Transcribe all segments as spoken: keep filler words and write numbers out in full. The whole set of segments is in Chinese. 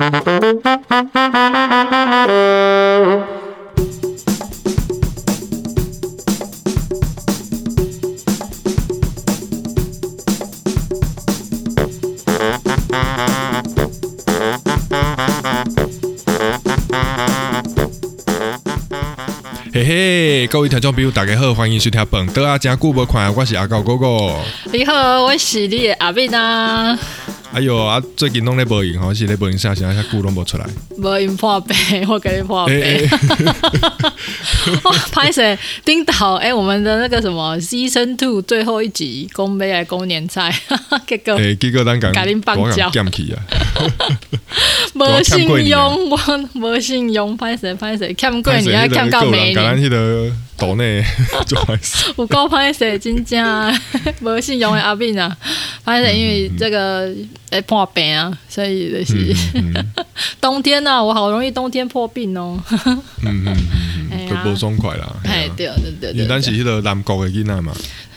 嘿嘿，各位听众朋友，大家好，欢迎收听《本得啊真久无看》，我是阿高哥哥。 你好，我是你的阿敏啊。 哎呦啊，最近拢咧无闲吼，是咧无闲啥啥遐久拢无出来。 无闲破病，我给你破病。 欸欸哇，拍谁？丁导，哎、欸，我们的那个什么 Season Two 最后一集，公杯来公年菜，结果， 哎、欸，结果咱讲， 甲恁放鸟， 减去啊。 无信用，我无信用，拍谁拍谁，欠过年还欠到明年。 甲咱迄个岛内做坏事。 有够拍谁，真正无信用的阿敏啊！拍谁，因为这个会破病啊，所以就是、嗯嗯、冬天啊，我好容易冬天破病哦。 嗯嗯嗯嗯，都无爽快啦。 哎，对对对对， 因为咱是迄个南国的囡仔嘛。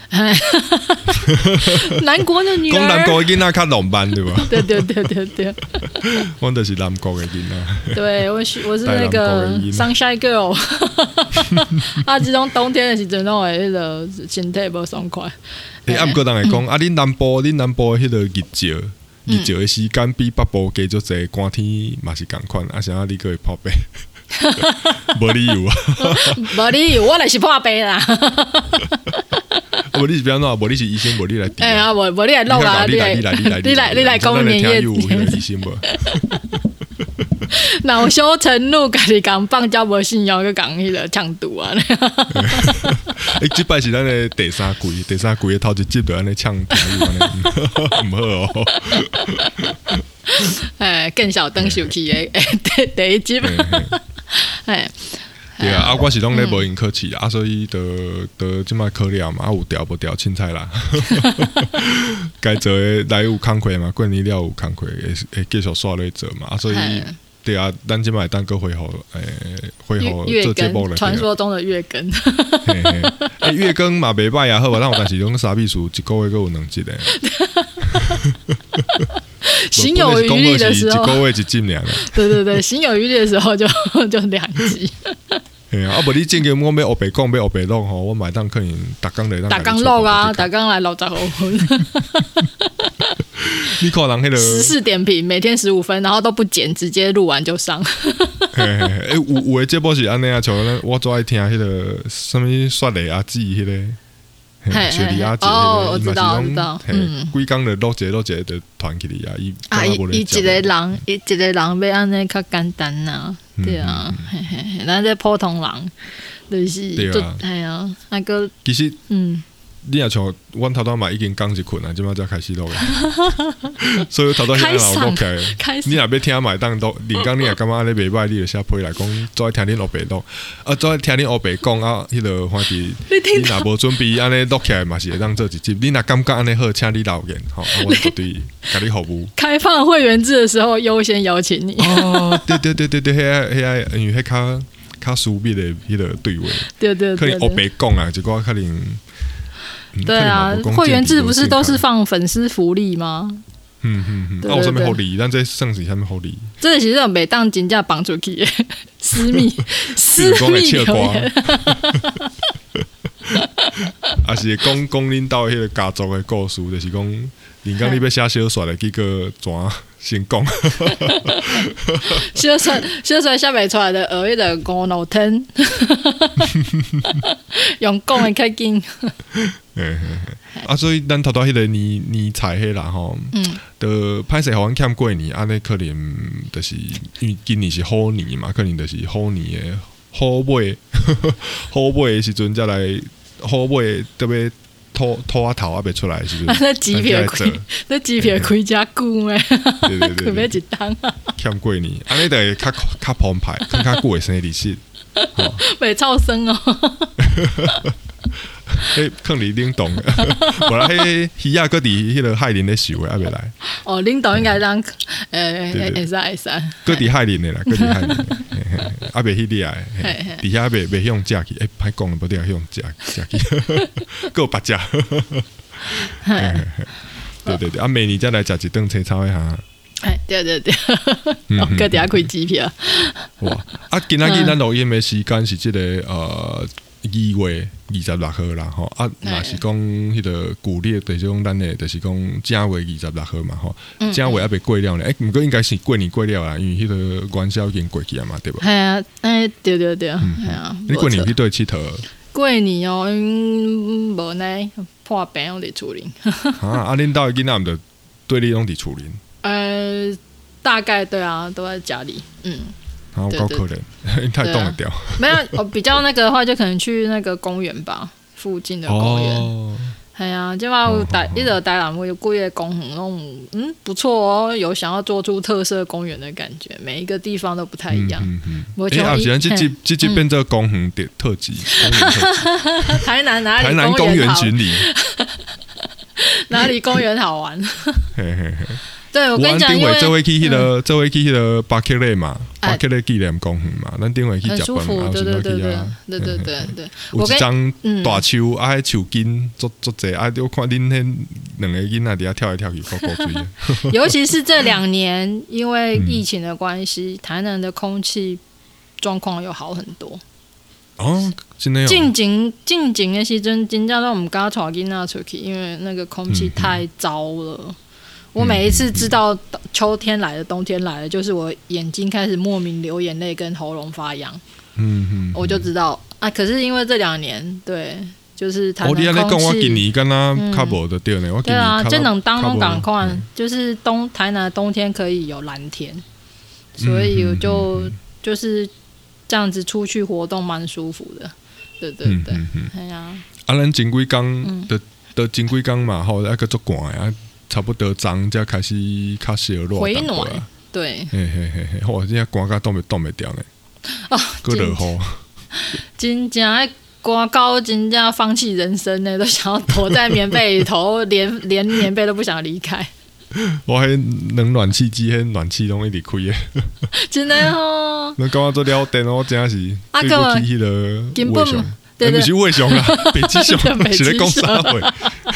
南国的女儿， 讲南国的囡仔较浪漫对吧？ 对对对对对， 我就是南国的囡仔。 对，我是我是那个 Sunshine Girl。啊，这种冬天的时阵，拢会迄个身体无爽快。 诶、欸，啊，毋过人会讲，啊，恁南部，恁南部迄个日照，日照的时间比北部加足济，寒天嘛是共款，啊，啥你个会破病？无理由啊！ 无理由，我就是破病啦。 无你是不要弄，无你是医生，无你来。 哎呀，无无你来弄啦， 你来，你来，你来， 你来，你来讲年夜。 有迄个医生无？ 恼羞成怒，家己讲放假无信用，去讲迄个呛赌啊！ 诶，即摆是咱的第三季，第三季的头一集就安尼呛听友安尼，唔好哦。 哎，更小灯秀气的第第一集。哎。 对啊，啊，我是拢咧无闲考试啊，所以就就即摆考了嘛，啊有调无调凊彩啦。该做的来有工课嘛，过年了有工课，会会继续刷咧做嘛，啊，所以对啊，咱即摆当个恢复诶，恢复做节目了。 传说中的月更。 嘿嘿，诶，月更嘛袂歹啊，好吧，咱有但是拢三秘书一个月佫有两集诶。 行有余力的时候， 一个月一集尔。 对对对，行有余力的时候就就两集。 嘿啊，啊无你正经我要学白讲，要学白录吼，我买当可能逐工来当。 逐工录啊，逐工来六十五分。 你看人迄个时事点评，每天十五分，然后都不剪，直接录完就上。 嘿嘿嘿，诶，有有诶节目是安尼啊，像我最爱听迄个什么雪梨阿姊迄个。雪梨阿姐， 哦，我知道，知道， 嗯，规工就录一个录一个就团起嚟啊！伊啊，伊伊一个人，伊一个人要安尼较简单呐，对啊，嘿嘿嘿，咱这普通人就是， 对啊， 系啊，那个其实， 嗯。 你也像阮头头嘛已經講一困啊，即馬才開始錄嘅，所以頭頭現在錄起來，你若要聽買當錄，連講你也感覺安尼袂歹，你就寫批來講，再聽恁學白錄，啊再聽恁學白講啊，迄個反正你若無準備安尼錄起來嘛是會當做一集，你若感覺安尼好，請你留言，吼，我絕對甲你服務。 開放會員制的時候優先邀請你。 哦，對對對對對，迄個迄個，因為迄較較私密的迄個對話， 對對對， 可能學白講啊，一個可能。 对啊，會員制不是都是放粉絲福利嗎？ 嗯嗯嗯，那有什麼福利？咱這算是什麼福利？ 這其實每當真正綁出去私密私密留言， 啊是講講恁兜迄個家族的故事，就是講，連講你要寫小說的，結果怎先講？ 小說小說寫袂出來的，學迄個五腦天，用講的較緊。 啊，所以咱頭頭迄個年年菜迄啦吼，嗯，就歹勢互阮欠過年，安尼可能就是因為今年是虎年嘛，可能就是虎年的虎尾，虎尾的時陣才來虎尾特別拖拖啊頭啊袂出來的時陣， 那機票開，那機票開遮久咩？ 對對對， 開要一檔啊！ 欠過年，安尼就會較較澎湃，更較久的生日時， 袂臭生哦。 迄放伫冷凍，無啦，迄魚仔擱伫迄個海裡咧受誒，還袂來。 哦，冷凍應該當誒會使會使。擱伫海裡誒啦，擱伫海裡，啊袂迄厲害，底下袂袂向食去，誒歹講了，無得向食食去，擱有白食。對對對，啊明年再來食一頓青草誒哈。 对对对，我搁底下开机票。 哇！啊，今仔日咱录音的时间是这个呃二月二十六号啦，吼啊，若是讲迄个古历，就是讲咱的，就是讲正月二十六号嘛，吼，正月还未过了呢。哎，毋过应该是过年过了啦，因为迄个元宵已经过去啊嘛，对吧？ 系啊，哎，对对对，系啊。 你过年去对佚佗？ 过年哦，无呢，破病我伫厝里。 啊，啊，恁兜的囡仔毋着对你拢伫厝里？ 呃，大概对啊，都在家里，嗯。 好高可怜，太冻了掉。 没有，我比较那个的话，就可能去那个公园吧，附近的公园。哦，哎呀，就嘛有台一直台南有几个公园，那种嗯不错哦，有想要做出特色公园的感觉，每一个地方都不太一样。嗯嗯嗯。哎， 啊，既然这这这这变这公园的特辑， 台南哪里？ 台南公园巡礼， 哪里公园好玩？嘿嘿嘿。对，我跟你讲，因为这回去迄个，这回去迄个巴克勒嘛，巴克勒纪念公园嘛，咱顶回去食饭，然后对对对对对对对对，有一张大树，啊，迄树根足足济，啊，我看恁迄两个囡仔伫遐跳来跳去，高高追。 尤其是这两年，因为疫情的关系，台南的空气状况又好很多。 哦，真的有。 近景近景的时阵，真正都唔敢带囡仔出去，因为那个空气太糟了。我每一次知道秋天来了，冬天来了，就是我眼睛开始莫名流眼泪，跟喉咙发痒，嗯嗯，我就知道啊。可是因为这两年，对，就是台南空气， 我讲我今年跟他较无的对呢，我对啊，这能当中赶快，就是东台南的冬天可以有蓝天，所以我就就是这样子出去活动蛮舒服的，对对对，哎呀， 啊，咱前几工的的前几工嘛，吼，那个足寒啊。差不多涨才开始较小落回暖，对， 嘿嘿嘿嘿，哇，现在寒甲冻袂冻袂掉呢，啊，搁落雨， 真正爱寒到真正放弃人生呢，都想要躲在棉被里头，连连棉被都不想离开。 我迄冷暖气机，迄暖气拢一直开的， 真的哦。 那刚刚做了电，我真是对不起迄个根本对对，不是魏雄啦，北极熊是咧讲啥话？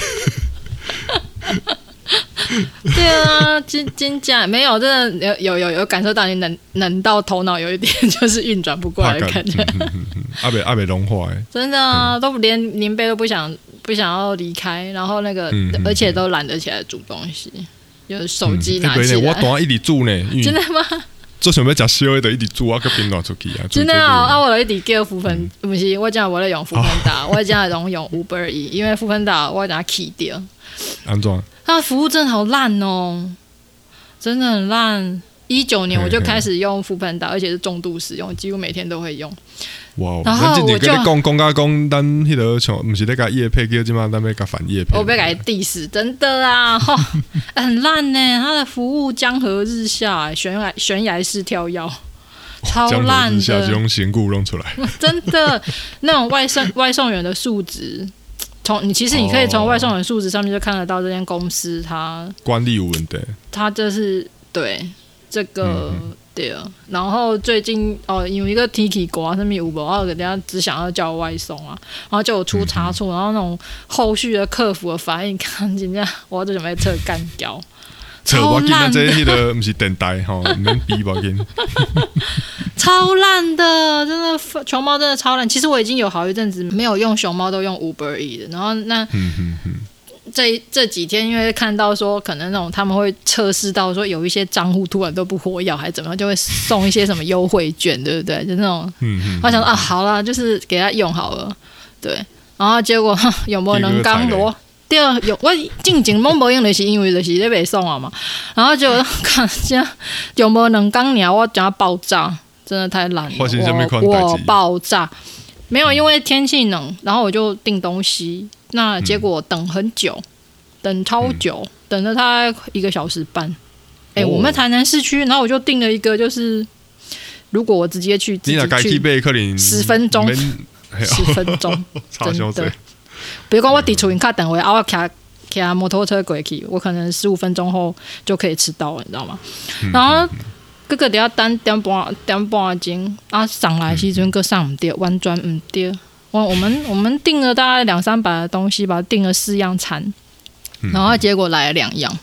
对啊，真真假没有，真的有有有有感受到你冷冷到头脑有一点就是运转不过来的感觉， 阿北阿北融化哎， 真的啊，嗯、都连棉被都不想不想要离开，然后那个、嗯、而且都懒得起来煮东西，有手机拿起来。 嗯欸、我当一直煮呢， 真的吗？ 做想要吃烧的，就一直煮啊，个冰暖出去啊。 真的啊，啊，我一直叫福芬，不、嗯、是我讲我在用福芬达，我讲用用 Uber E， 因为福芬达我等下起掉。 安怎？ 他的服务真的好烂哦，真的很烂。一九年我就开始用福芬达，而且是重度使用，几乎每天都会用。哇！ 然后我就讲讲讲讲，咱迄个像不是在甲业配，叫即嘛，咱要甲反业配。 我被改 diss， 真的啊，吼，很烂呢。他的服务江河日下，悬崖悬崖式跳跃，超烂的。 江河日下就用仙骨弄出来， 真的那种外送外送员的素质。从你其实你可以从外送员素质上面就看得到这间公司它管理有问题， 它就是对这个、嗯、对，然后最近哦有一个 Tiki 瓜上面有无，然后人家只想要叫外送啊，然后就有出差错、嗯，然后那种后续的客服的反应，看人家我这准备测干掉。超烂的， 这个不是电台哈，免比吧紧。 超烂的，真的熊猫真的超烂。其实我已经有好一阵子没有用熊猫，都用 Uber E 的。然后那、嗯嗯嗯、这这几天，因为看到说可能那种他们会测试到说有一些账户突然都不活跃，还怎么样，就会送一些什么优惠券，对不对？就那种，嗯嗯、我想说啊，好啦，就是给他用好了，对。然后结果有没有能刚罗？对，有我进前拢无用，就是因为就是咧袂爽啊嘛。然后就看下有没有能刚鸟，我讲爆炸，真的太烂了。我我爆炸，没有，因为天气冷，然后我就订东西，那结果等很久，嗯、等超久，嗯、等了他一个小时半。哎、欸哦，我们台南市区，然后我就订了一个，就是如果我直接去，自己去十分钟，十分钟，真的。比如说我伫厝因卡等位，啊，我骑骑摩托车过去，我可能十五分钟后就可以吃到了，你知道吗？嗯、然后哥哥得要等点半点半钟，啊，上来时阵哥上唔对，完全唔对。我我们我们订了大概两三百的东西吧，订了四样餐，然后结果来了两样，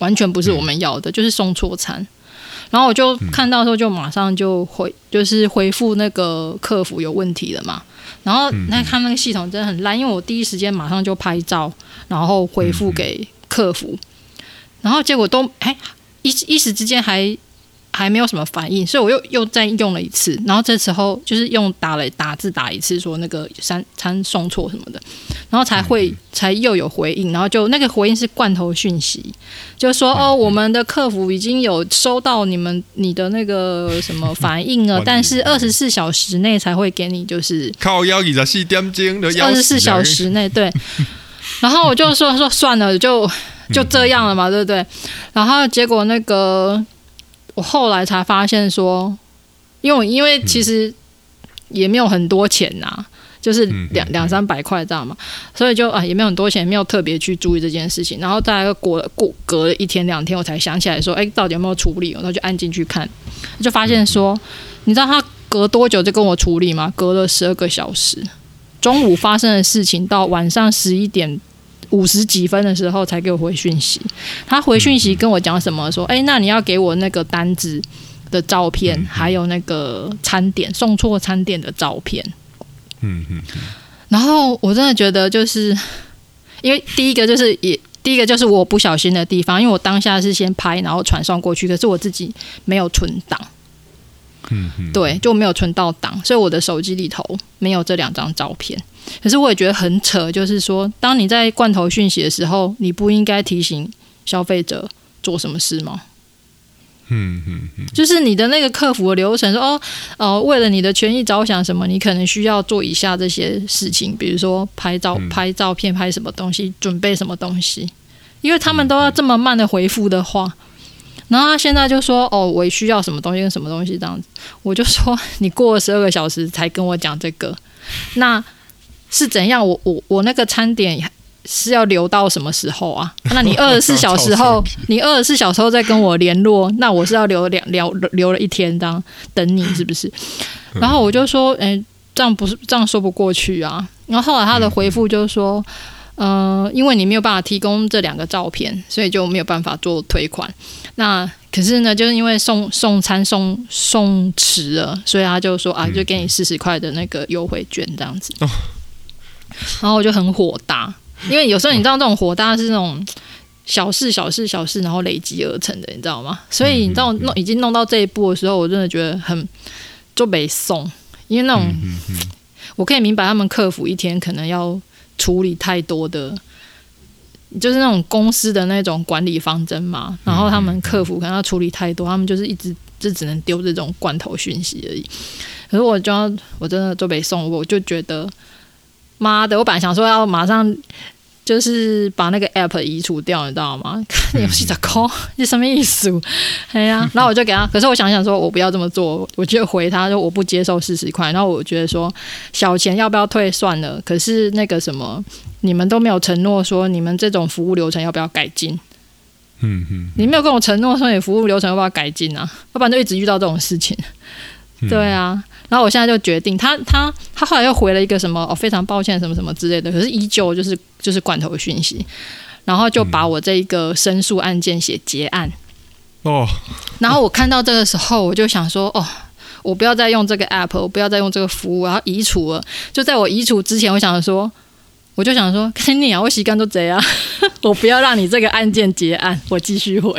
完全不是我们要的，嗯、就是送错餐。然后我就看到的时候就马上就回，就是回复那个客服有问题了嘛。然后那看那个系统真的很烂，因为我第一时间马上就拍照，然后回复给客服，然后结果都哎一一时之间还还没有什么反应，所以我又又再用了一次，然后这时候就是用打了打字打一次说那个餐餐送错什么的，然后才会才又有回应，然后就那个回应是罐头讯息，就说哦我们的客服已经有收到你们你的那个什么反应了，但是二十四小时内才会给你，就是靠腰二十四点钟的二十四小时内对，然后我就说说算了就就这样了嘛，对不对？然后结果那个。我后来才发现说，因为因为其实也没有很多钱呐、啊，就是两两三百块这样嘛，所以就啊也没有很多钱，没有特别去注意这件事情。然后大概过了过隔了一天两天，我才想起来说，哎，到底有没有处理？然后就按进去看，就发现说，你知道他隔多久就跟我处理吗？隔了十二个小时，中午发生的事情到晚上十一点。五十几分的时候才给我回讯息，他回讯息跟我讲什么？说，哎、欸，那你要给我那个单子的照片，还有那个餐点送错餐点的照片。嗯嗯。然后我真的觉得，就是因为第一个就是也第一个就是我不小心的地方，因为我当下是先拍，然后传送过去，可是我自己没有存档。嗯嗯。对，就没有存到档，所以我的手机里头没有这两张照片。可是我也觉得很扯，就是说，当你在罐头讯息的时候，你不应该提醒消费者做什么事吗？嗯嗯嗯，就是你的那个客服的流程说，哦，呃，为了你的权益着想，什么，你可能需要做以下这些事情，比如说拍照、拍照片、拍什么东西，准备什么东西，因为他们都要这么慢的回复的话。然后他现在就说，哦，我需要什么东西跟什么东西这样子，我就说你过了十二个小时才跟我讲这个，那。是怎样？我我我那个餐点是要留到什么时候啊？那你二十四小时后，你二十四小时后再跟我联络，那我是要留两留留了一天这样等你是不是？然后我就说，哎、欸，这样不是这样说不过去啊。然后后来他的回复就是说，呃，因为你没有办法提供这两个照片，所以就没有办法做退款。那可是呢，就是因为送送餐送送迟了，所以他就说啊，就给你四十块的那个优惠券这样子。哦然后我就很火大，因为有时候你知道那种火大是那种小事小事小事然后累积而成的，你知道吗？所以你知道弄已经弄到这一步的时候，我真的觉得很就没送，因为那种我可以明白他们客服一天可能要处理太多的，就是那种公司的那种管理方针嘛，然后他们客服可能要处理太多，他们就是一直就只能丢这种罐头讯息而已。可是我就要我真的就没送，我就觉得。妈的！我本来想说要马上就是把那个 app 移除掉，你知道吗？看你有几只抠，你什么意思？哎呀，然后我就给他，可是我想想说，我不要这么做，我就回他说我不接受四十块。然后我觉得说小钱要不要退算了，可是那个什么，你们都没有承诺说你们这种服务流程要不要改进？嗯嗯，你没有跟我承诺说你服务流程要不要改进啊？要不然就一直遇到这种事情。对啊。然后我现在就决定，他他他后来又回了一个什么哦，非常抱歉什么什么之类的，可是依旧就是就是罐头讯息，然后就把我这一个申诉案件写结案哦。然后我看到这个时候，我就想说哦，我不要再用这个 app， 我不要再用这个服务，然后移除了。就在我移除之前，我想说，我就想说，看你啊，我习惯都这样，我不要让你这个案件结案，我继续回。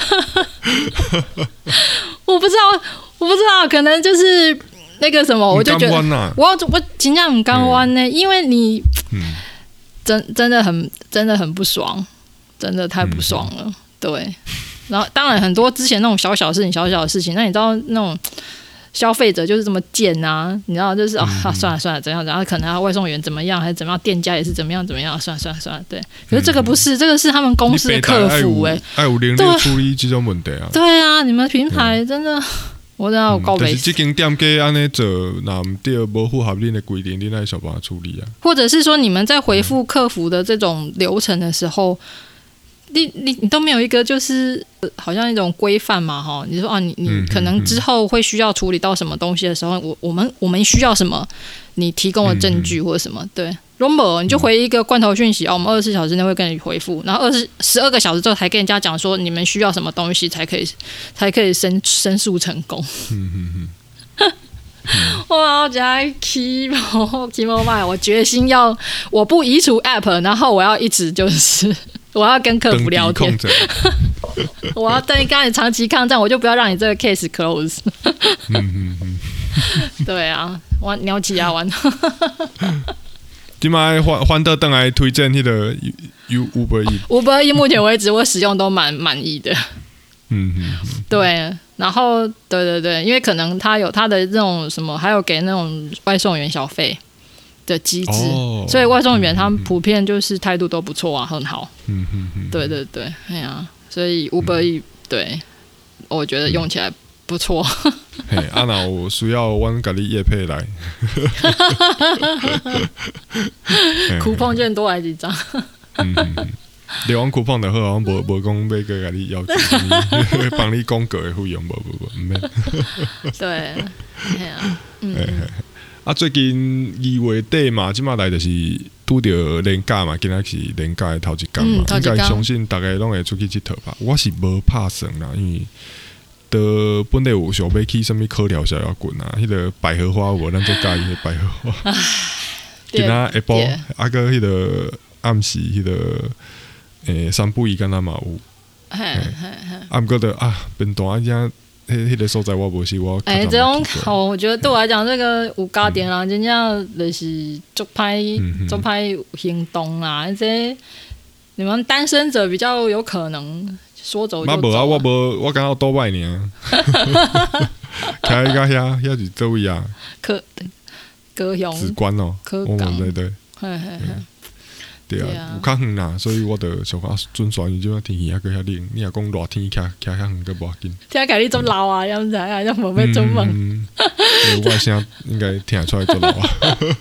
我不知道，我不知道，可能就是。那个什么，我就觉得我我真的很刚弯呢，因为你、嗯、真真的很真的很不爽，真的太不爽了。嗯、对，然后当然很多之前那种小小的事情、小小的事情，那你知道那种消费者就是这么贱啊，你知道就是、嗯、啊，算了算了，怎样怎样，可能外送员怎么样，还是怎么样，店家也是怎么样怎么样，算了算了算了，对。可是这个不是，这个是他们公司的客服哎、欸， 爱有能力处理这种问题啊。 对啊，你们平台真的。我真的有够没。 但是这间店家安尼做，那唔对，无符合恁的规定，恁爱想办法处理啊。 或者是说，你们在回复客服的这种流程的时候，你你你都没有一个就是好像一种规范嘛，哈？你说啊，你你可能之后会需要处理到什么东西的时候，我我们我们需要什么，你提供的证据或者什么，对。如都没，你就回一个罐头讯息、嗯、哦，我们二十四小时内会跟你回复，然后二十十二个小时之后才跟人家讲说你们需要什么东西才可以才可以申申诉成功。嗯嗯嗯。哇！我讲 keyboard keyboard 麦，我决心要我不移除 app， 然后我要一直就是我要跟客服聊天，我要等你跟你长期抗战，我就不要让你这个 case close。嗯嗯嗯，对啊，玩鸟起啊玩。 今麦欢欢乐登来推荐那个 Uber Eats，Uber Eats 目前为止我使用都蛮满意的。嗯嗯，对。然后，对对对，因为可能他有他的那种什么，还有给那种外送员小费的机制，哦、所以外送员他们普遍就是态度都不错啊，很好。嗯嗯嗯，对对对，哎呀、啊，所以 Uber Eats、嗯、对，我觉得用起来不错。 嘿，啊那我需要我给你业配来。 酷碰券多来几张。 嗯嗯你玩 coupon 就好，我无无讲要个甲你要求你帮你广告的费用，无无无，唔免。 对，系啊，嗯。 啊，最近二月底嘛，即马来就是拄着年假嘛，今仔是年假的头一天嘛，应该相信大家拢会出去佚佗吧。我是无拍算啦，因为的本来有想要去什么科疗小摇滚啊，迄、那个百合花我咱最介意的百合花。今仔下晡啊个迄个暗时迄、那个。诶、欸，三不一敢若嘛有，啊，毋过的啊，变大一下，迄迄个所在我无是我。诶、 欸，这种哦，我觉得对我来讲，这个有家庭人真正就是足歹足歹行动啦。这你们单身者比较有可能说走就走、啊。 无啊，我无，我刚好多摆尔。开个遐遐是做位啊？ 科高雄。 紫关哦， 科港对对。嘿嘿嘿。对啊，有较远啦，所以我就想讲，准算伊即摆天气还阁遐冷，你若讲热天徛徛遐远阁无要紧。 听起来你做老啊，要毋知啊，要无要做梦。 嗯，我声应该听得出来做老啊。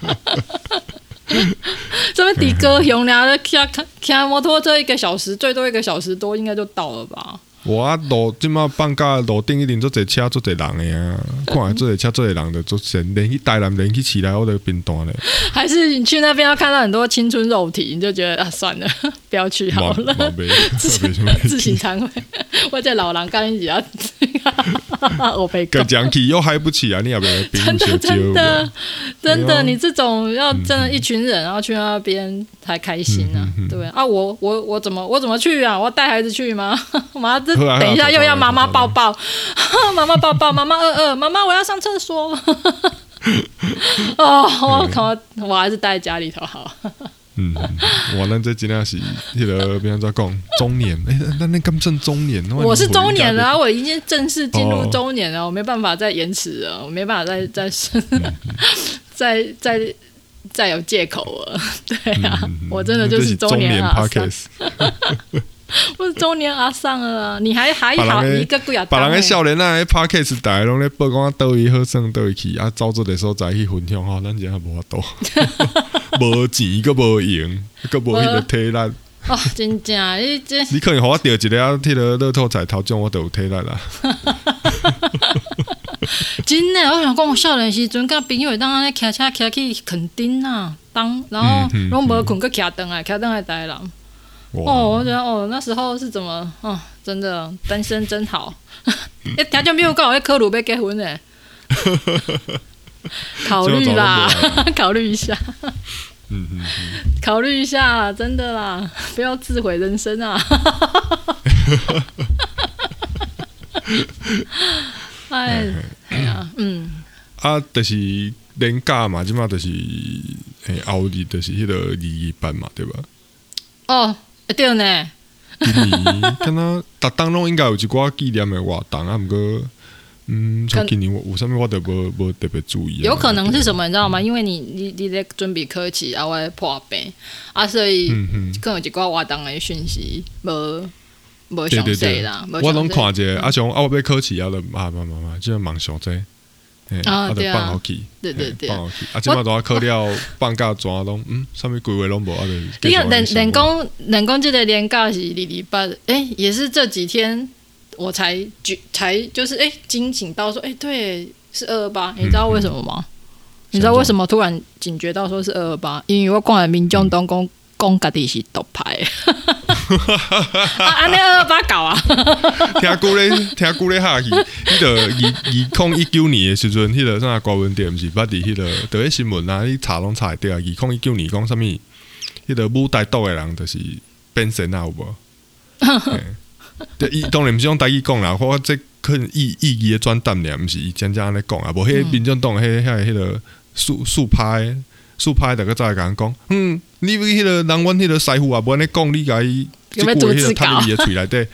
这边伫高雄俩，骑骑摩托车一个小时，最多一个小时多，应该就到了吧？ 我啊路即马放假路顶一定做侪车做侪人的啊，看来做侪车做侪人的做甚，连去台南连去市内我都变单嘞。 还是你去那边要看到很多青春肉体，你就觉得啊算了，不要去好了。自自行忏悔，我这老人干一起啊，我被个讲起又嗨不起啊！你要不要真的真的真的，你这种要真的一群人，然后去那边才开心啊，嗯、对啊，我我我怎么我怎么去啊？我带孩子去吗？妈的！等一下又要妈妈抱抱，妈妈抱抱，妈妈饿饿，妈妈我要上厕所。哦，我靠，我还是待在家里头好。 嗯，我咱这真的是迄个，别人在讲中年，哎、欸，那那刚正中年， 我是中年了、啊，我已经正式进入中年了，哦、我没办法再延迟了，我没办法再再再再再有借口了。对啊，嗯、我真的就是中年阿桑。我是中年阿桑了啊！你还还好，你一个贵啊！ 别人的少年啊，podcast 大家拢咧报讲倒位好耍倒位去，啊，走做个所在去分享吼，咱真系无法度，无钱个无用，个无迄个体力。 哦，真正你这你可能互我钓一个啊，迄个乐透彩头奖，我都有体力啦。 真的，我想讲，我少年时阵，甲朋友当安尼骑车骑去垦丁啊，当然后拢无困，佮骑转来，骑转来台南。哦，我觉得哦，那时候是怎么哦，真的单身真好。哎，听就没有讲我科鲁要结婚呢，考虑啦，考虑一下，嗯嗯嗯，考虑一下，真的啦，不要自毁人生啊！哎，哎呀，嗯， 啊，就是年假嘛，即马就是诶，后日就是迄个二二班嘛，对吧？ 哦。对呢， 今年敢若逐当拢应该有一寡纪念的活动啊，毋过嗯，像今年有啥物我都无无特别注意。 有可能是什么你知道吗？因为你你你在准备考试啊，我在破病啊，所以可能有一寡活动的讯息无无详细啦。 我拢看者，啊像啊我要考试啊，就啊嘛嘛嘛，即个忙上济。啊，对啊，放去， 对对对， 放去。啊，即马都要考了，放假怎拢嗯，啥物规划拢无啊？ 你看，人人工人工这个年假是二二八，哎，也是这几天我才才就是哎惊醒到说，哎，对，是二二八，你知道为什么吗？ 你知道为什么突然警觉到说是二二八？因为我看了民众党讲讲家己是独派的，啊，安尼二二八搞啊！ 听久咧，听久咧下去，迄个二二零一九年的时阵，迄个啥高文店毋是捌伫迄个第一新闻啊，你查拢查会到啊。二零一九年讲啥物？迄个武台岛的人就是变神啊，有无？伊当然毋是用台语讲啦，我这可能意意义的转淡尔，毋是伊真正安尼讲啊。无迄民众党迄迄迄个素素派素派，大家再来甲人讲，嗯，你迄个人阮迄个师傅啊，无安尼讲，你甲伊有没有读字稿？ 伊的嘴内底，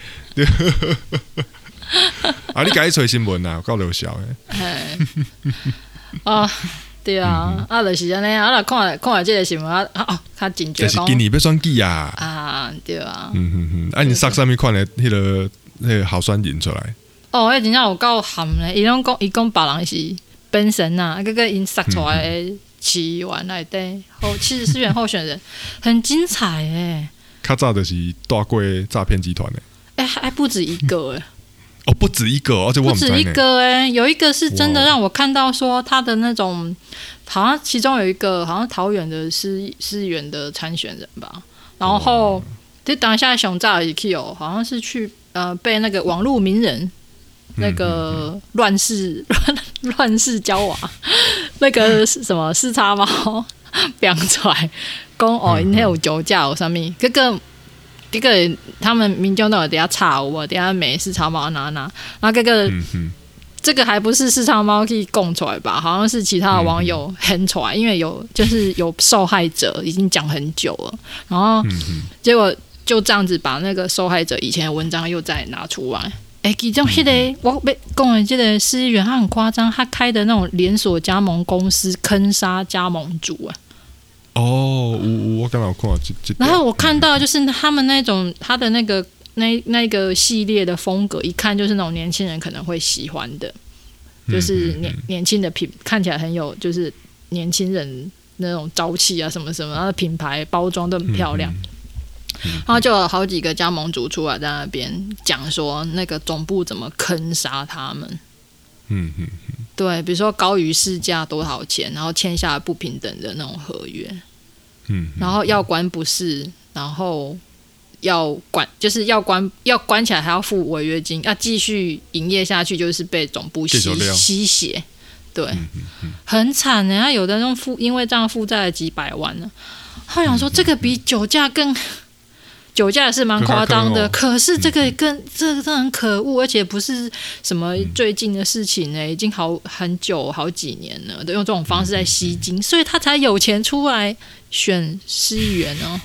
啊，你甲伊找新闻啊，够搞笑诶。 哦，对啊，啊，就是安尼啊，啊，看看下这个新闻啊，哦，较真确讲，就是今年要选举啊。 啊，对啊。 嗯哼哼，啊，你塞啥物款的迄个迄个候选人出来？ 哦，迄真正有够含咧，伊拢讲伊讲别人是本身啊，个个因塞出来的市员内底，候其实市员候选人很精彩诶。 较早就是带过诈骗集团诶。 哎、欸，还不止一个诶。 哦，不止一个，而且我不止一个哎、欸，有一个是真的让我看到说他的那种，好像其中有一个好像桃园的市市议员的参选人吧，然后就等一下熊炸一 Q 哦，好像是去呃被那个网络名人那个乱世乱乱世交往，那个什么四叉猫表出来，讲哦，因迄有酒驾有啥物，这个。这个他们民众都有等下查我，等下没市场猫拿拿，然后这个、嗯、这个还不是市场猫可以供出来吧？好像是其他的网友很出来，因为有就是有受害者已经讲很久了，然后结果就这样子把那个受害者以前的文章又再拿出来。哎、欸，其中迄、那个我被讲的这个市议员，他很夸张，他开的那种连锁加盟公司坑杀加盟主啊。 哦，我我刚好看到这这。 然后我看到就是他们那种他的那个那那个系列的风格，一看就是那种年轻人可能会喜欢的，就是年年轻的品看起来很有就是年轻人那种朝气啊什么什么，然后品牌包装都很漂亮。然后就有好几个加盟主出来在那边讲说那个总部怎么坑杀他们。嗯嗯嗯，对，比如说高于市价多少钱，然后签下不平等的那种合约，嗯，然后要关不是，然后要关就是要关要关起来还要付违约金，要继续营业下去就是被总部吸吸血，对，嗯嗯嗯很惨的，他有的那种负因为这样负债了几百万呢。他想说这个比酒驾更。酒驾是蛮夸张的，可是这个更、嗯、这个真的很可恶，而且不是什么最近的事情呢，已经好很久好几年了，都用这种方式在吸金，嗯、所以他才有钱出来选市议员哦。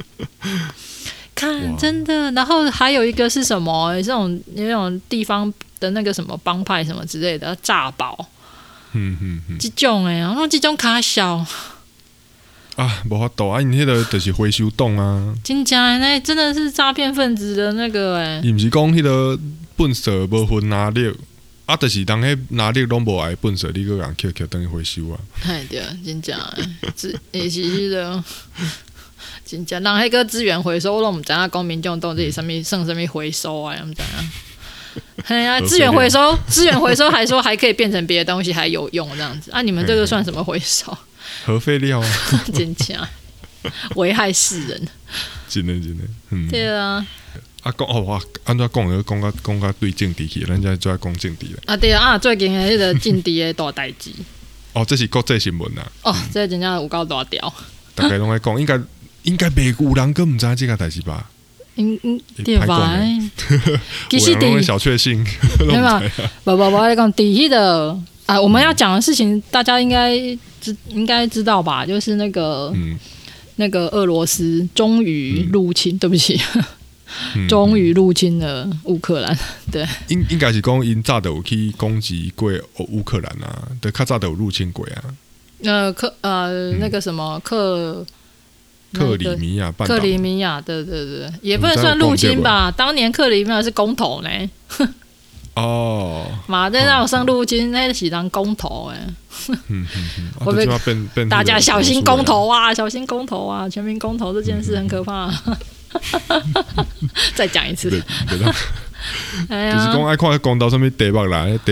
看，真的，然后还有一个是什么？这种那种地方的那个什么帮派什么之类的诈保，嗯嗯嗯，这种哎，然后这种卡小。 啊，无法度啊！因迄个就是回收党啊， 真假的那真的是诈骗分子的那个诶。 伊毋是讲迄个粪扫无分哪粒，啊，就是当迄哪粒拢无爱粪扫，你个人捡捡等于回收啊。 哎对，真假诶，资也是迄个真假，人迄个资源回收，我拢毋知影讲民众党这里什么剩什么回收啊，毋知影。哎呀，资源回收，资源回收还说还可以变成别的东西，还有用这样子啊？你们这个算什么回收？ 核废料啊， 真假，危害世人， 真的真的，嗯， 对啊。 啊讲哦哇，按怎讲咧？讲到讲到对政治去，咱现在就要讲政治了。 啊对啊，最近的迄个政治的大代志。 哦，这是国际新闻啊。 哦，这真正有够大条。 大家拢在讲，应该应该袂有人更唔知这个代志吧？ 嗯嗯，对吧？ 其实第小确幸， 没有，不不不，我讲第一的啊，我们要讲的事情，大家应该知应该知道吧？就是那个、嗯、那个俄罗斯终于入侵，嗯、对不起，终于入侵了乌克兰。对， 应应该是讲因早就有去攻击过乌克兰啊，对，较早就有入侵过啊。 呃，克呃、嗯、那个什么克。 克里米亚半岛， 克里米亚，对对对，也不能算入侵吧。当年克里米亚是公投呢。哦，马在那有算入侵，那是当公投哎。嗯嗯嗯，会不会大家小心公投啊？小心公投啊！全民公投这件事很可怕。再讲一次。哎呀， 就是讲爱看公投上面地目啦，地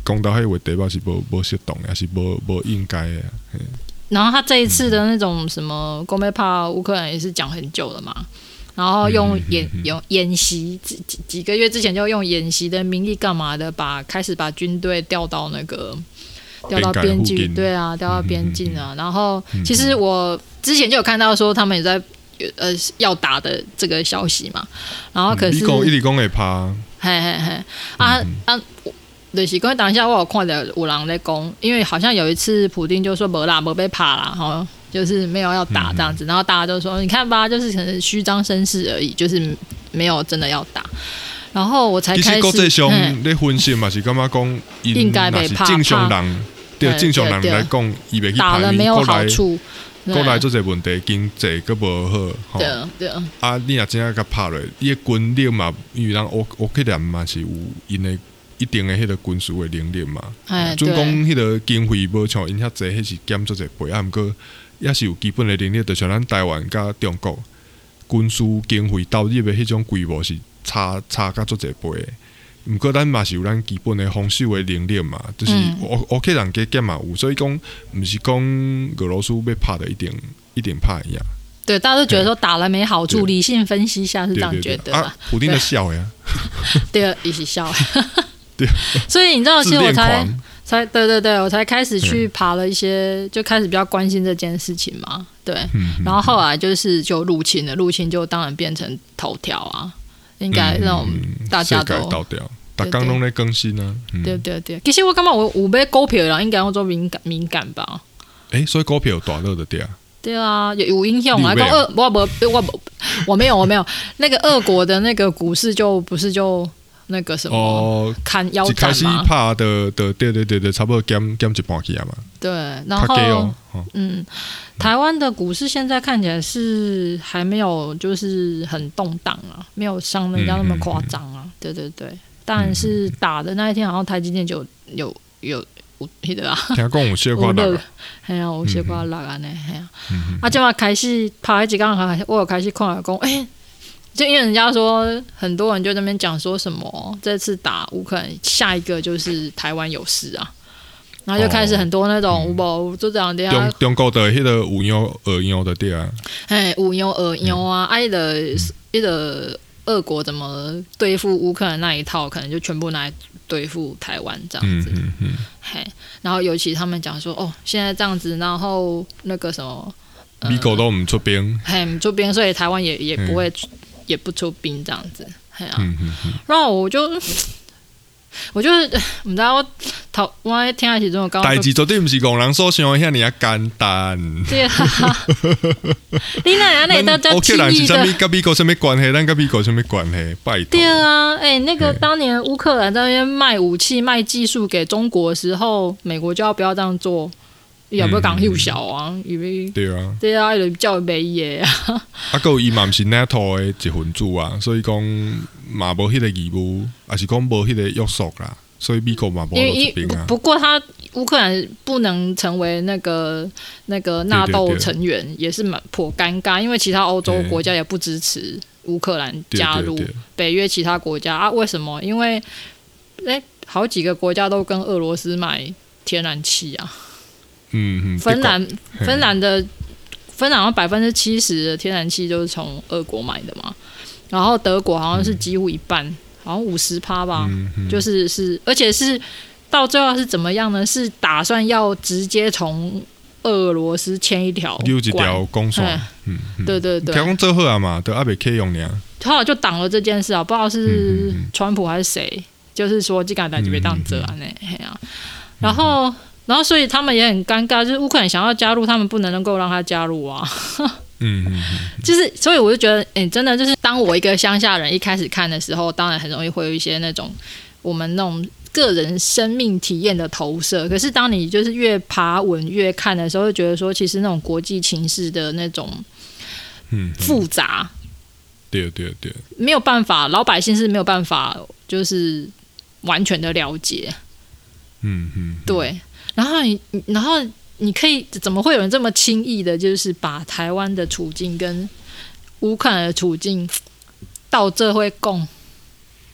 讲到迄话题吧是无无适当的，还是无无应该的。 然后他这一次的那种什么攻被怕乌克兰也是讲很久了嘛，然后用演用演习几几个月之前就用演习的名义干嘛的，把开始把军队调到那个调到边境，对啊，调到边境啊。然后其实我之前就有看到说他们也在呃要打的这个消息嘛，然后可是你一直讲会怕， 嘿嘿嘿啊啊。就是讲当下我有看到有人在讲，因为好像有一次普丁就说没啦，没被怕啦，哈，就是没有要打这样子，然后大家都说你看吧，就是可能虚张声势而已，就是没有真的要打。然后我才开始。其实国际上咧分析嘛是感觉讲，应该被怕。正常人对正常人来讲，伊袂去打了没有好处。 国内做这问题，经济佫无好， 对对。 啊，你若真正甲拍落，伊个军力嘛，因为人乌乌克兰嘛是有因的。一定的迄个军事的能力嘛，准讲迄个经费无像因遐济，迄是减足一倍啊。毋过也是有基本的能力，就像咱台湾甲中国军事经费投入的迄种规模是差差甲足一倍的。毋过咱嘛是有咱基本的防守的能力嘛，就是乌乌克兰加减嘛有，所以讲毋是讲俄羅斯要拍的一定一定拍一样。 对，大家都觉得说打了没好处，理性分析一下是这样觉得啊。普丁的笑呀， 对，也是笑。对，所以你知道，其实我才才对对对，我才开始去爬了一些，就开始比较关心这件事情嘛。对，嗯、然后后来就是就入侵了，入侵就当然变成头条啊，应该那种大家都倒掉，大家都在更新啊。 嗯、对对对，其实我感觉我有买股票的人应该要做敏感敏感吧。 哎、欸，所以股票有大热的掉。 对啊，有有影响啊。讲俄我我我我没有我没有那个俄国的那个股市就不是就。那个什么，哦、看腰斩嘛，一开始拍的的，对对对对，差不多减减一半起来嘛。 对，然后、哦哦、嗯，台湾的股市现在看起来是还没有，就是很动荡啊，没有像人家那么夸张啊。嗯、对对对，但是打的那一天，好像台积电就有有有那个啊， 听讲有小可落， 系啊，有小可落安尼，系啊。啊，即嘛开始拍几刚开始，我有开始看来讲，哎、欸。就因为人家说很多人就在那边讲说什么这次打乌克兰下一个就是台湾有事啊，然后就开始很多那种有无就这样的中中国的迄个有样二样的对啊， 哎有样二样啊，啊，伊的伊的俄国怎么对付乌克兰那一套，可能就全部拿来对付台湾这样子，嗯嗯嘿，然后尤其他们讲说哦现在这样子，然后那个什么美国都唔出兵， 嘿唔出兵，所以台湾也也不会。也不出兵这样子，哎呀、啊嗯嗯嗯，然后我就，我就唔知道我头我听下时阵，我刚代志绝对唔是戆人所想的遐尼啊简单。 对啊，你那样你大家轻易的， 跟美国什么关系？咱跟美国什么关系？拜托。 对啊，哎、欸，那个当年乌克兰在那边卖武器、卖技术给中国的时候，美国就要不要这样做？要不要讲幼小啊？因为对啊， 对啊，就叫伊卖伊的啊。 啊，还有伊嘛毋是 NATO 的一份子啊，所以讲嘛无迄个义务，还是讲无迄个约束啦。所以美国嘛无出兵啊。 不过他乌克兰不能成为那个那个纳豆成员，对对对也是蛮颇尴尬，因为其他欧洲国家也不支持乌克兰加入北约其他国家啊。为什么？因为哎、欸，好几个国家都跟俄罗斯买天然气啊。嗯，芬兰芬兰的芬兰好像百分之七十的天然气就是从俄国买的嘛，然后德国好像是几乎一半，嗯、好像五十趴吧，嗯嗯、就是是，而且是到最后是怎么样呢？是打算要直接从俄罗斯牵一条有一条公线，嗯，嗯对对对， 条公做好啊嘛，都还没可以用呢。 后来就挡了这件事啊，不知道是川普还是谁，嗯嗯、就是说这个代志被当做安尼，嘿啊，然后。嗯然后，所以他们也很尴尬，就是乌克兰想要加入，他们不能能够让他加入啊。嗯嗯就是，所以我就觉得，哎、欸，真的就是，当我一个乡下人一开始看的时候，当然很容易会有一些那种我们那种个人生命体验的投射。可是，当你就是越爬文越看的时候，就觉得说，其实那种国际情势的那种复杂，嗯嗯、 对对对， 没有办法，老百姓是没有办法，就是完全的了解。嗯嗯，对。然后你，然后你可以怎么会有人这么轻易的，就是把台湾的处境跟乌克兰的处境到这会共？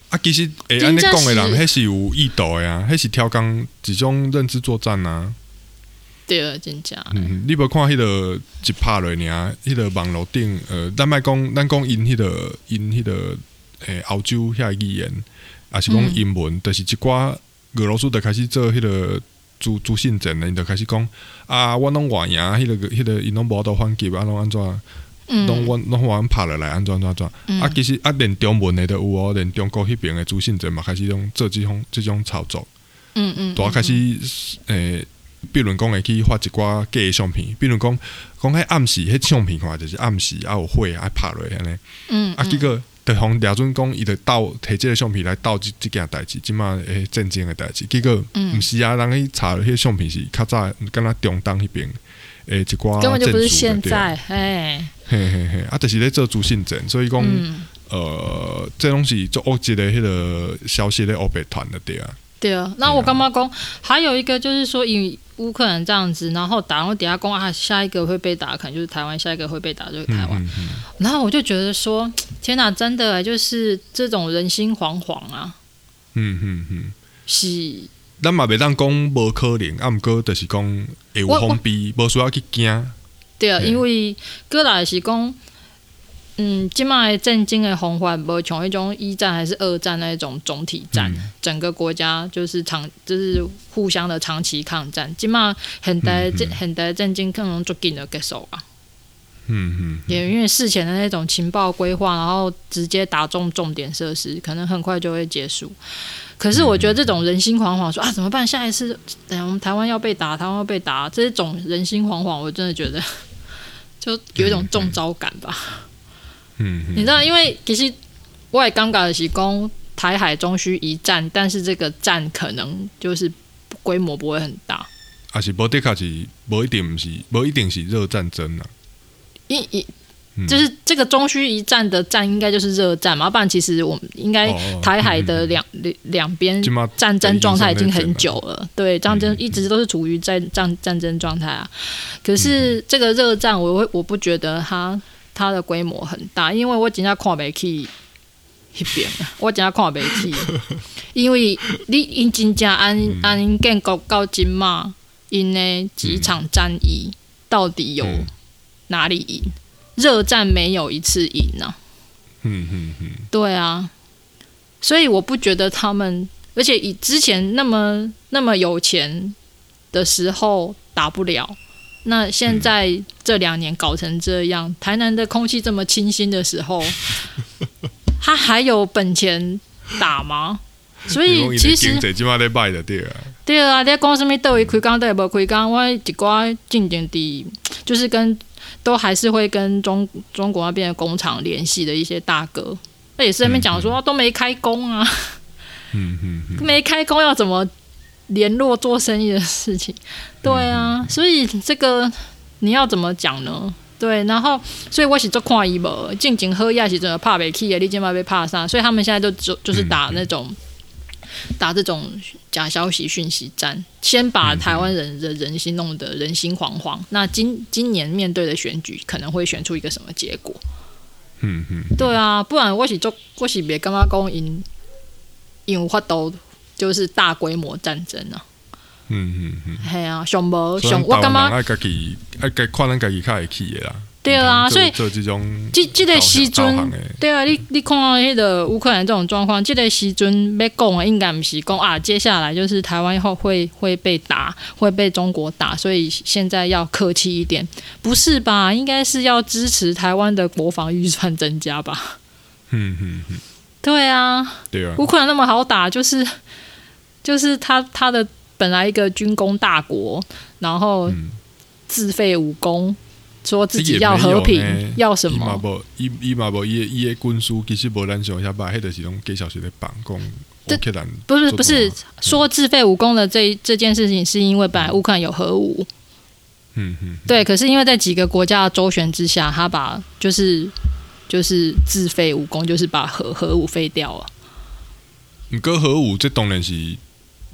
啊，其实会安尼讲的人，迄是有意图的啊，迄是挑工一种认知作战啊。 对，真正。 嗯，你无看迄个一拍落尔，迄个网络顶，呃，咱莫讲，咱讲因迄个因迄个诶欧洲遐语言，也是讲英文，就是一寡俄罗斯就开始做迄个朱朱信镇的，因就开始讲啊，我拢换赢，迄个迄个因拢无倒反击，啊，拢安怎？拢我拢我拍落来安怎安怎安怎？啊，其实啊，连中文的都有哦，连中国迄边的朱信镇嘛，开始用做即种即种操作。嗯嗯。大开始诶。比如讲会去发一寡假的相片，比如讲讲迄暗时迄相片看就是暗时啊有火啊拍落安尼，嗯，啊结果对方掠准讲伊就斗摕即个相片来斗即即件代志，即马诶战争诶代志，结果毋是啊，人去查迄相片是较早敢若中东迄边诶一寡根本就不是现在，嘿， 嘿嘿嘿，啊，就是咧做朱信镇，所以讲、嗯、呃，这拢是做恶一个迄个消息咧乌白团的对啊。 对啊，那我刚刚讲还有一个就是说，以乌克兰这样子，然后打，然后底下讲啊，下一个会被打，可能就是台湾，下一个会被打就是台湾。嗯嗯嗯、然后我就觉得说，天哪，真的就是这种人心惶惶啊。嗯嗯嗯，是。 咱嘛袂当讲无可能，啊，毋过就是讲会有封闭，无需要去惊。 对啊，因为过来是讲。嗯，即卖战争的方法无像迄种一战还是二战那种总体战，嗯、整个国家就是长就是互相的长期抗战。即卖现代、嗯、现代战争可能足紧就结束啊。嗯嗯，也因为事前的那种情报规划，然后直接打中重点设施，可能很快就会结束。可是我觉得这种人心惶惶，说啊怎么办？下一次等我们台湾要被打，台湾要被打，这种人心惶惶，我真的觉得就有一种中招感吧。嗯，你知道，因为其实我也感觉的是讲台海终须一战，但是这个战可能就是规模不会很大。 啊，是无的确是无一定是无一定是热战争啊。 因因就是这个终须一战的战，应该就是热战嘛，不然其实我们应该台海的两两边战争状态已经很久了，对，战争一直都是处于在战战争状态啊。可是这个热战，我会我不觉得它。它的规模很大，因为我真正看不起那边，我真正看不起，因为你因真正按按因建国到今嘛，因的几场战役到底有哪里赢？热战没有一次赢啊。嗯嗯嗯，对啊，所以我不觉得他们，而且以之前那么那么有钱的时候打不了。那现在这两年搞成这样，台南的空气这么清新的时候，他还有本钱打吗？所以其实对啊，你讲什么倒位开工，倒位无开工，我一寡进前地就是跟都还是会跟中中国那边的工厂联系的一些大哥，那也是在那边讲说、嗯、都没开工啊，嗯嗯嗯、没开工要怎么？联络做生意的事情，对啊，所以这个你要怎么讲呢？对，然后所以我是做看伊无，进前好也是真的拍不起的，你今嘛被拍上，所以他们现在都就就是打那种、嗯、打这种假消息讯息战，先把台湾人的人心弄得人心惶惶。那今今年面对的选举可能会选出一个什么结果？嗯嗯，对啊，不然我是做我是别感觉讲因因有法度。就是大规模战争啊！嗯嗯嗯，系啊，上无上，我感觉爱家己爱家看咱家己较会去的啦。 对啊，所以做这种这这个时阵，对啊，你你看到迄个乌克兰这种状况，这个时阵要讲的应该不是讲啊，接下来就是台湾以后会会被打，会被中国打，所以现在要客气一点，不是吧？应该是要支持台湾的国防预算增加吧？嗯嗯嗯，对啊，对啊，乌克兰那么好打，就是。就是他他的本来一个军工大国，然后自废武功，说自己要和平，要什么？ 伊伊嘛无伊伊的军事其实无咱想遐歹，迄就是种假消息咧放讲乌克兰不是不是说自废武功的这这件事情，是因为本来乌克兰有核武，嗯嗯，对，可是因为在几个国家的周旋之下，他把就是就是自废武功，就是把核核武废掉了。 毋过核武这当然是。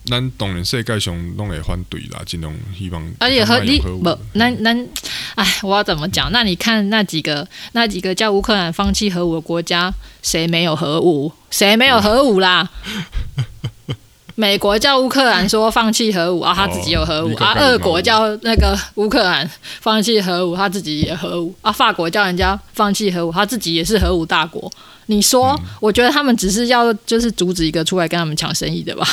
咱当然世界上拢会反对啦，尽量希望。 而且和你不，咱咱，哎，我要怎么讲？那你看那几个那几个叫乌克兰放弃核武的国家，谁没有核武？谁没有核武啦？美国叫乌克兰说放弃核武啊，他自己有核武、哦、啊。俄国叫那个乌克兰放弃核武，他自己也核武啊。法国叫人家放弃核武，他自己也是核武大国。你说、嗯，我觉得他们只是要就是阻止一个出来跟他们抢生意的吧？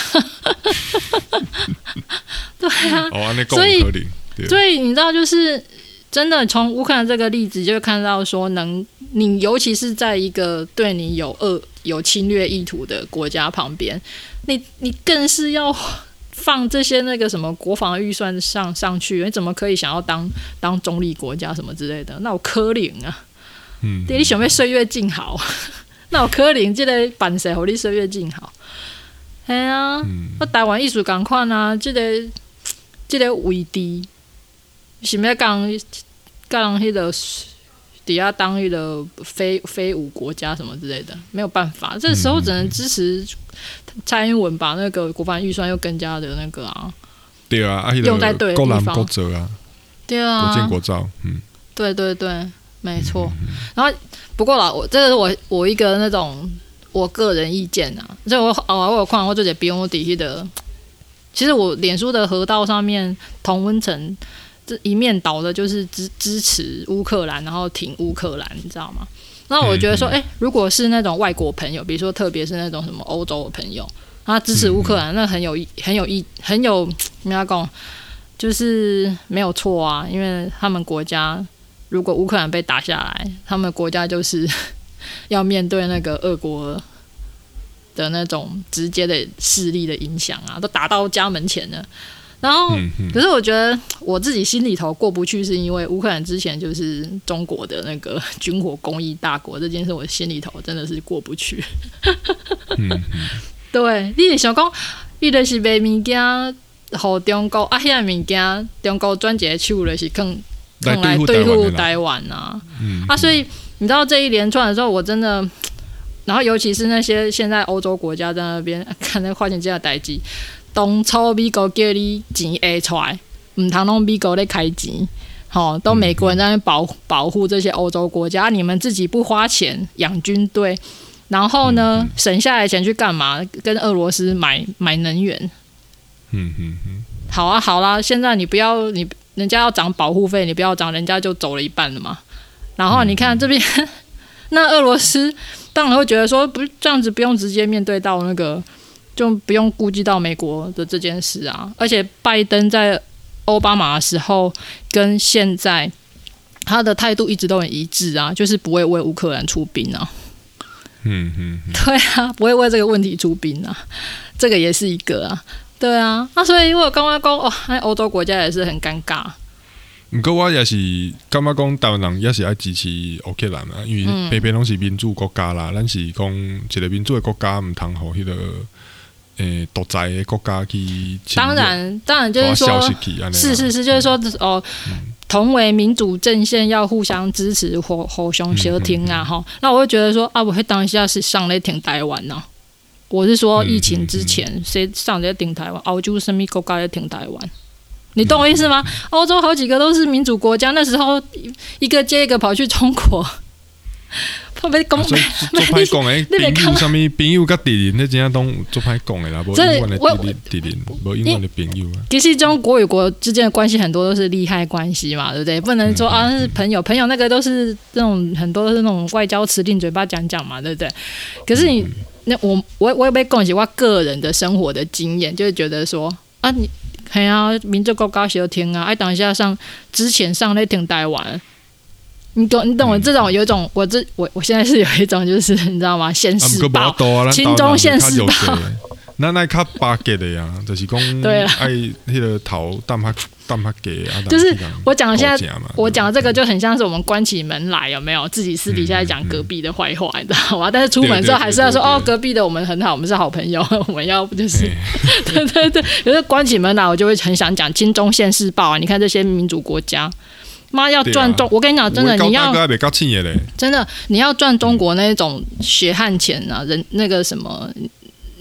对啊， 哦、 所以所以你知道，就是真的从乌克兰这个例子就会看到说能，你尤其是在一个对你有恶有侵略意图的国家旁边。你你更是要放这些那个什么国防预算上上去，你怎么可以想要当当中立国家什么之类的？那有可能啊！嗯，你想要岁月静好，那有可能这个办事让你岁月静好。系啊，嗯、我台湾艺术同款啊，这个这个位置是要讲讲迄个。底下当一个非非武国家什么之类的，没有办法，这时候只能支持蔡英文把那个国防预算又更加的那个啊， 对啊，啊用在对的地方， 国责啊， 对啊， 国建国造，嗯，对对对，没错。嗯、然后不过啦，我这个是我我一个那种我个人意见啊，所以我哦我有看我这些不用底下的，其实我脸书的河道上面同温层。这一面倒的就是支支持乌克兰，然后挺乌克兰，你知道吗？那我觉得说，哎、欸，如果是那种外国朋友，比如说特别是那种什么欧洲的朋友，他支持乌克兰，那很有很有意很有，你要讲就是没有错啊，因为他们国家如果乌克兰被打下来，他们国家就是要面对那个俄国的那种直接的势力的影响啊，都打到家门前了。然后，可是我觉得我自己心里头过不去，是因为乌克兰之前就是中国的那个军火工艺大国这件事，我心里头真的是过不去。嗯、对，你想讲，伊就是卖物件，互中国啊，遐物件中国转一个手就是更更来对付台湾啊，嗯、啊，所以你知道这一连串的时候，我真的，然后尤其是那些现在欧洲国家在那边看那花钱这样代志。当初美国叫你钱下出来，唔通拢美国在开钱，吼，都美国人在那保保护这些欧洲国家，你们自己不花钱养军队，然后呢，省下来钱去干嘛？跟俄罗斯买买能源。嗯嗯嗯。好啊，好啦，现在你不要你人家要涨保护费，你不要涨，人家就走了一半了嘛。然后你看这边，那俄罗斯当然会觉得说，不这样子不用直接面对到那个。就不用顾及到美国的这件事啊，而且拜登在奥巴马的时候跟现在他的态度一直都很一致啊，就是不会为乌克兰出兵啊。嗯嗯，对啊，不会为这个问题出兵啊，这个也是一个啊，对啊，那所以我刚刚讲哦，欧洲国家也是很尴尬。 不过我也是感觉讲台湾人也是爱支持乌克兰啊，因为北边拢是民主国家啦，咱是讲一个民主的国家，唔通互迄个。诶，独裁的国家去， 当然，当然就是说，是是是，就是说，哦，同为民主阵线要互相支持，互互相协听啊，哈、嗯。那我会觉得说，啊，我会当下是上来挺台湾呐、啊。我是说，疫情之前，谁、嗯、上来挺台湾？欧洲什么国家在挺台湾？你懂我意思吗？欧、嗯、洲好几个都是民主国家，那时候一个接一个跑去中国。所以做歹讲诶， 朋友啥物朋友甲敌人，你真正当做歹讲诶啦，无永远的敌人，敌人无永远的朋友啊。 其实这种国与国之间的关系很多都是利害关系嘛，对不对？不能说、嗯、啊是朋友，朋友那个都是那种很多都是那种外交辞令，嘴巴讲讲嘛，对不对？可是你、嗯、那我我我也被讲起我个人的生活的经验，就是觉得说啊你，系啊，民主国家小听啊，哎，等一下上之前上来挺台湾。你懂你懂我这种有一种我这我我现在是有一种就是你知道吗？现世报，亲中现世报。 咱爱较巴结的呀，就是讲爱迄个头淡较淡较低啊。 就是我讲的现在，我讲的这个就很像是我们关起门来有没有？自己私底下讲隔壁的坏话，你知道吗？但是出门之后还是要说哦，隔壁的我们很好，我们是好朋友，我们要就是对对对，有时关起门来，我就会很想讲亲中现世报啊！你看这些民主国家。妈要赚中、啊，我跟你讲，真的，你要真的，你要赚中国那种血汗钱啊，人那个什么，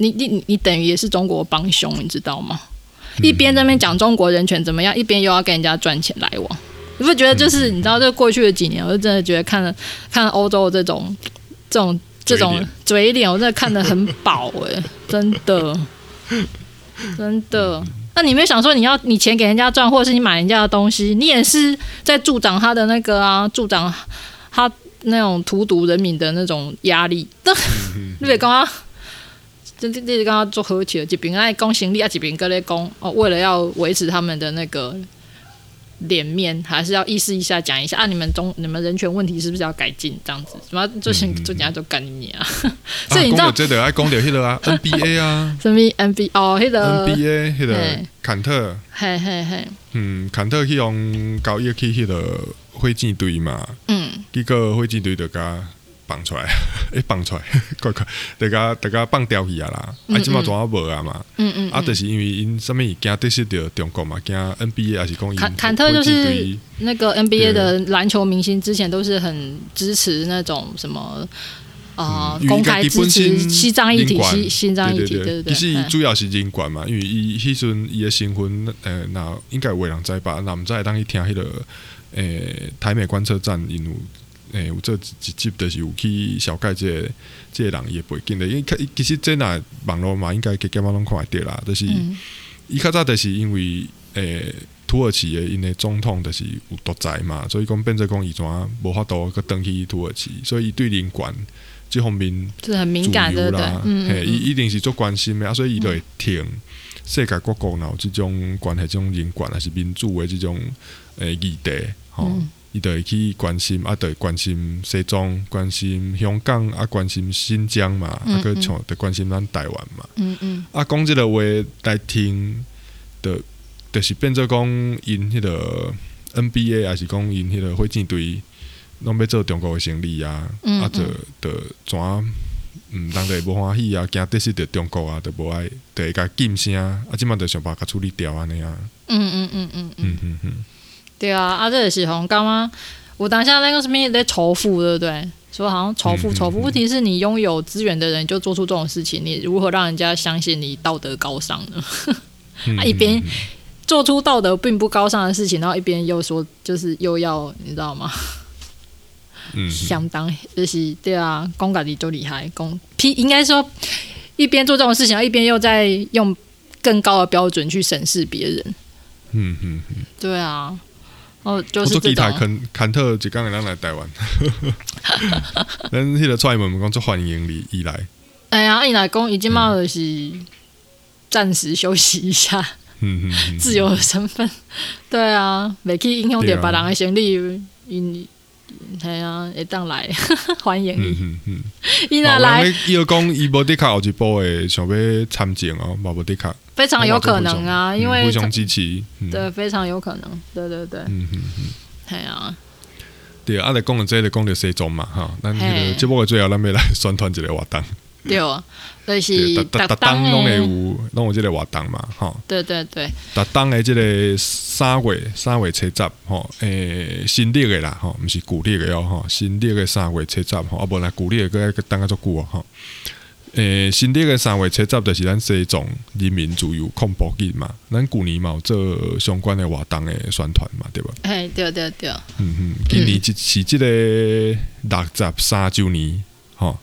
你你你等于也是中国帮凶，你知道吗？一边在那边讲中国人权怎么样，一边又要跟人家赚钱来往。你不觉得就是你知道，这过去的几年，我就真的觉得看了看欧洲这种这种这种嘴脸，我真的看得很饱哎、欸，真的真的。那你没有想说你要你钱给人家赚，或者是你买人家的东西，你也是在助长他的那个啊，助长他那种荼毒人民的那种压力。你别讲啊，这这这刚刚做和气，一边爱讲行李啊，一边跟咧讲哦，为了要维持他们的那个脸面，还是要意识一下讲一下啊，你们中你们人权问题是不是要改进这样子？什么就先就人家就干你啊！所以你知道这个爱讲到迄个啊 ，N B A 啊， 什么 N B A 哦，迄个 N B A 迄个坎特， 嘿嘿嘿， 嗯，坎特去用交易去迄个火箭队嘛，嗯，结果火箭队就甲放出来，诶，放出来，快快，大家大家放掉去啊啦，啊，即马怎啊无啊嘛，嗯嗯，啊，就是因为因什么惊得失到中国嘛，惊 N B A 还是讲坎坎特就是那个 N B A 的篮球明星，之前都是很支持那种什么。啊、呃嗯，公开支持西藏议题，西西藏议题，对对对。 其实主要是人权嘛，因为伊迄阵伊的身份，呃，那应该有人知吧？那毋知会当去听迄、那个，诶、呃，台美观测站，因有，诶、呃，有这一集就是有去小解这个、这个人伊的背景的。因为其实这若网络嘛，应该加减仔拢看会到啦。就是伊较早就是因为，诶、呃，土耳其的因的总统就是有独裁嘛，所以讲变做讲伊怎无法度去登去土耳其，所以伊对人权。这方面是很敏感的，对，嗯， 嘿，伊一定是做关心的啊，所以伊就会听世界各国有这种关系、这种人权还是民主的这种诶议题，吼，伊就会去关心，啊，就会关心西藏、关心香港，啊，关心新疆嘛，啊，个像就关心咱台湾嘛，嗯嗯，啊，讲这个话来听的，就是变做讲因迄个 N B A 还是讲因迄个火箭队。拢要做中国的生意啊，嗯嗯啊，就就怎嗯，人就无欢喜啊，惊得失着中国啊，就无爱，就会甲禁声啊，即马就想办法处理掉安尼啊。 嗯嗯嗯嗯嗯嗯嗯，对啊，啊，这就是红刚刚我当下那个什么在仇富，对不对？说好像仇富仇富，问题是你拥有资源的人就做出这种事情，你如何让人家相信你道德高尚呢？啊，一边做出道德并不高尚的事情，然后一边又说就是又要你知道吗？嗯、相当就是对啊，讲家己就厉害，讲应该说一边做这种事情，一边又在用更高的标准去审视别人。嗯嗯嗯，对啊，哦，就是这种。 坎坎特一工会当来台湾，咱迄个蔡英文讲做欢迎你伊来。 哎呀，伊来讲，伊即马就是暂时休息一下，嗯嗯嗯、自由的身份。对啊，袂去影响到别人的生理，因。系啊，会当来欢迎你。嗯嗯，伊若来， 伊要讲伊无得卡后一步诶，想要参政哦，无无得卡， 非常有可能啊，因为非常支持， 对，非常有可能，对对对，嗯嗯嗯，系啊， 对啊，来讲到这，就讲到西藏嘛，哈，咱迄个节目的最后，咱要来宣传一个活动。 对啊，就是逐逐当拢会有，拢有这个活动嘛，吼。 对对对。 逐当的这个三月三月初十，吼，诶，新历的啦，吼，毋是旧历的哦，吼，新历的三月初十，吼，啊，无啦，旧历的个个等啊足久哦，吼。诶，新历的三月初十就是咱西藏人民自由抗暴日嘛，咱旧年嘛有做相关的活动的宣传嘛，对吧？ 嘿，对对对。 嗯嗯，今年是是这个六十三周年，吼。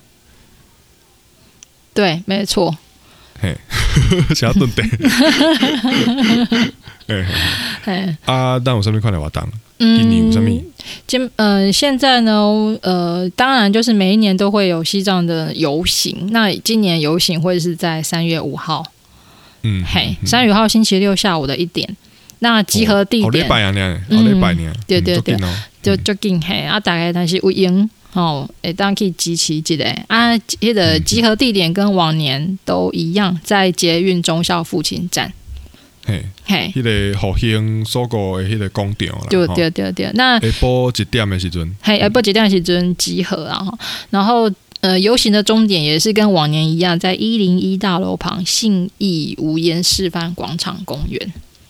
对，没错。 嘿，想要顿地。嘿，嘿。啊，但有什么款的活动？今年有什么？ 今呃，现在呢，呃，当然就是每一年都会有西藏的游行。那今年游行会是在三月五号。嗯，嘿，三月五号星期六下午的一点。那集合地点，好礼拜啊，呢，好礼拜呢。 对对对，就就近嘿啊，大概但是有赢。哦，会当去集齐一个啊，迄个集合地点跟往年都一样，在捷运忠孝复兴站。 嘿，嘿，迄个复兴所过的迄个广场啦。 对对对对，那下晡一点的时阵， 嘿，下晡一点的时阵集合啊，然后呃，游行的终点也是跟往年一样，在一零一大楼旁信义无烟示范广场公园。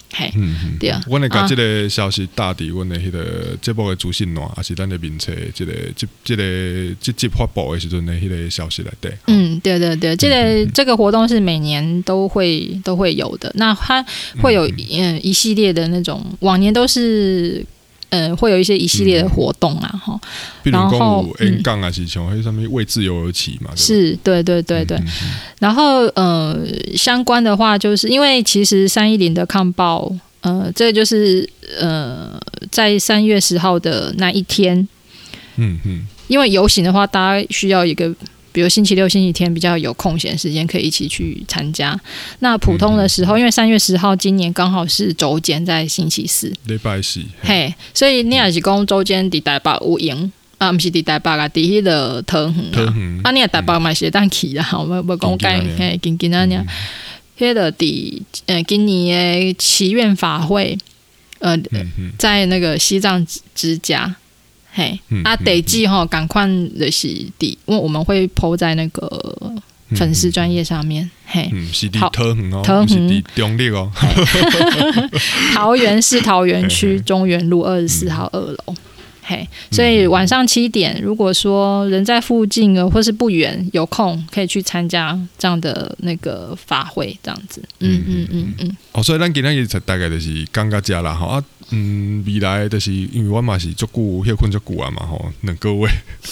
嘿，嗯嗯，对啊。 阮会甲即个消息打伫阮的迄个节目的资讯栏，还是咱的面册，即个即即个即即发布的时阵的迄个消息来对。 嗯，对对对，这个、嗯、这个活动是每年都会都会有的。那它会有嗯一系列的那种，往年都是。嗯，会有一些一系列的活动啊，哈、嗯， 比如讲有演讲啊，是像迄上面为自由而起嘛， 是，对对对对。嗯嗯、然后呃，相关的话，就是因为其实三一零的抗暴，呃，这个就是呃，在三月十号的那一天，嗯嗯，因为游行的话，大家需要一个。比如星期六、星期天比较有空闲时间，可以一起去参加。那普通的时候，嗯、因为三月十号今年刚好是周间在星期四， 礼拜四， 嘿，所以你也是讲周间伫台北有营啊，不是伫台北啊，伫迄个桃园啊，啊，你也台北嘛是当去啦，我我讲介嘿，紧紧啊呢，迄个伫呃今年的祈愿法会，呃，嗯嗯、在那个西藏之家。嘿，嗯、啊，地址吼，赶快就是伫，因为我们会 po 在那个粉丝专页上面。嘿， 嗯，是伫桃园哦，桃园是伫中立哦。 桃园市桃园区中原路二十四号二楼。嘿，所以晚上七点，如果说人在附近或是不远，有空可以去参加这样的那个法会，这样子。嗯嗯嗯嗯。 哦，所以咱今日大概就是讲到这啦，吼啊，嗯，未来就是因为我嘛是足久休困足久啊嘛，吼，两个月。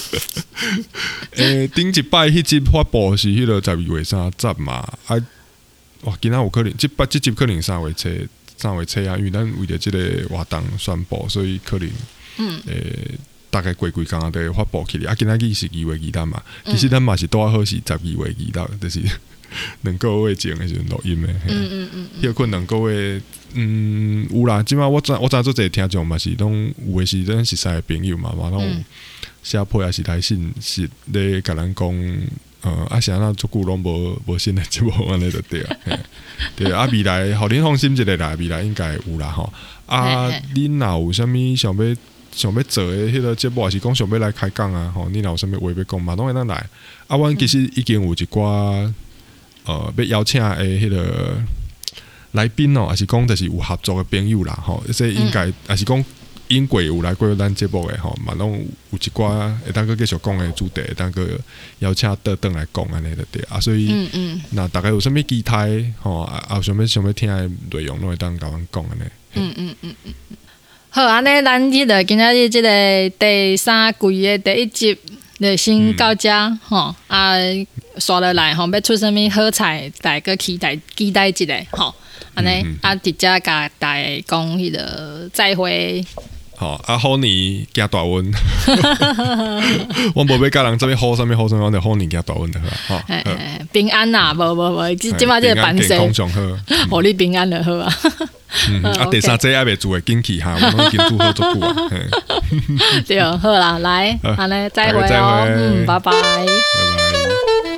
诶，顶一摆迄集发布是迄个十二月三十嘛，啊，哇，今仔有可能，即摆即集可能三月初，三月初啊，因为咱为了即个活动宣布，所以可能。嗯，诶、欸，大概过几工啊，就发布起来。啊，今仔日是二月二日嘛，其實咱嘛是拄好是十二月二日，就是兩個月前的時陣錄音的。嗯嗯嗯。迄個兩個月，嗯，有啦。即擺我知我知做這聽眾嘛是攏有的是咱熟悉的朋友嘛，嘛攏寫批也是來信是咧甲咱講，呃，啊是安那足久攏無無新的節目安尼就對啊。對啊，未來互恁放心一個啦，未來應該有啦吼。啊，恁若有啥物想要？想要做的迄個節目，還是講想要來開講啊？吼，你若有啥物話要講嘛，攏會當來。啊，阮其實已經有一寡呃要邀請的迄個來賓哦，還是講就是有合作的朋友啦，吼，即應該還是講因過有來過咱節目的吼，嘛攏有一寡會當個繼續講的主題，會當個邀請倒轉來講安尼就對啊。所以，嗯嗯，那大概有啥物期待吼，啊，有啥物想要聽的內容，攏會當甲阮講安尼。嗯嗯嗯嗯。 好，安尼咱迄個今仔日即個第三季的第一集就先到這吼、嗯，啊，刷落來吼，要出啥物好菜，大家期待期待一下吼，安尼、嗯、啊，直接甲大家講迄個再會。 好，啊，好年加大溫，我無要甲人做咩好，啥物好，啥物就好年加大溫就好。哎哎，平安呐，無無無，即即擺即個辦事， 健康上好， 互你平安就好啊。 嗯，啊，第三劑還未做嘅緊去哈，我們已經做好足久啊。 對，好啦，來，安尼再會哦，嗯，拜拜， 拜拜。